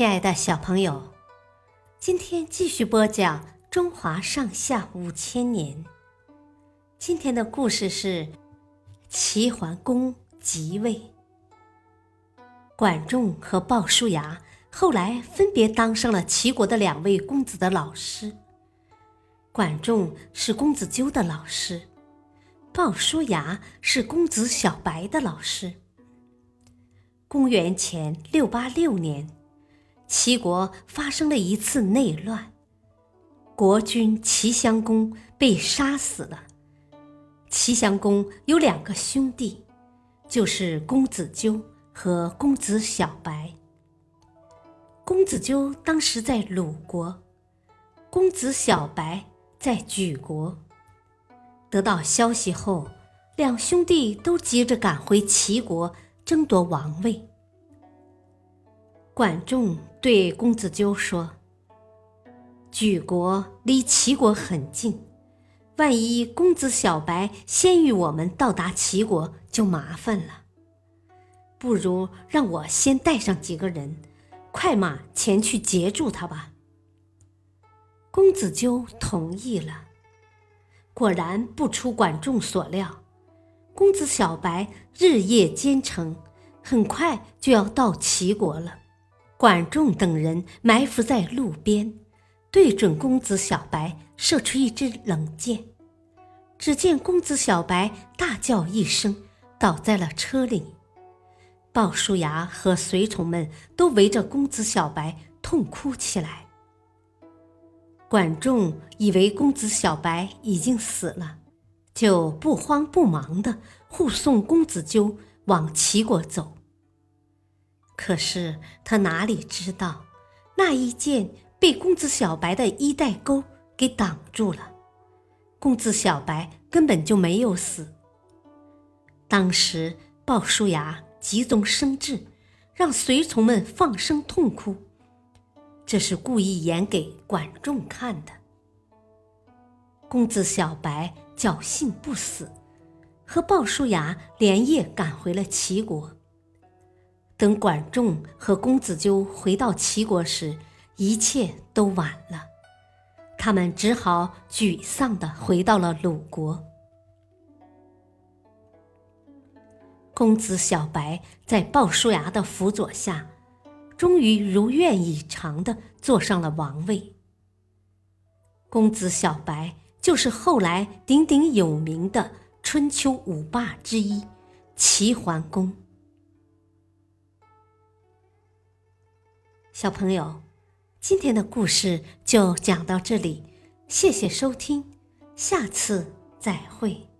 亲爱的小朋友，今天继续播讲中华上下5000年。今天的故事是齐桓公即位。管仲和鲍叔牙后来分别当上了齐国的2位公子的老师。管仲是公子纠的老师，鲍叔牙是公子小白的老师。公元前686年，齐国发生了一次内乱，国君齐襄公被杀死了。齐襄公有2个兄弟，就是公子纠和公子小白。公子纠当时在鲁国，公子小白在莒国。得到消息后，2兄弟都急着赶回齐国争夺王位。管仲对公子纠说：莒国离齐国很近，万一公子小白先于我们到达齐国就麻烦了，不如让我先带上几个人，快马前去截住他吧。公子纠同意了。果然不出管仲所料，公子小白日夜兼程，很快就要到齐国了。管仲等人埋伏在路边，对准公子小白射出一支冷箭。只见公子小白大叫一声，倒在了车里。鲍叔牙和随从们都围着公子小白痛哭起来。管仲以为公子小白已经死了，就不慌不忙地护送公子纠往齐国走。可是他哪里知道，那一箭被公子小白的衣带钩给挡住了，公子小白根本就没有死。当时鲍叔牙急中生智，让随从们放声痛哭，这是故意演给管仲看的。公子小白侥幸不死，和鲍叔牙连夜赶回了齐国。等管仲和公子纠回到齐国时，一切都晚了，他们只好沮丧地回到了鲁国。公子小白在鲍叔牙的辅佐下，终于如愿以偿地坐上了王位。公子小白就是后来鼎鼎有名的春秋5霸之一齐桓公。小朋友，今天的故事就讲到这里，谢谢收听，下次再会。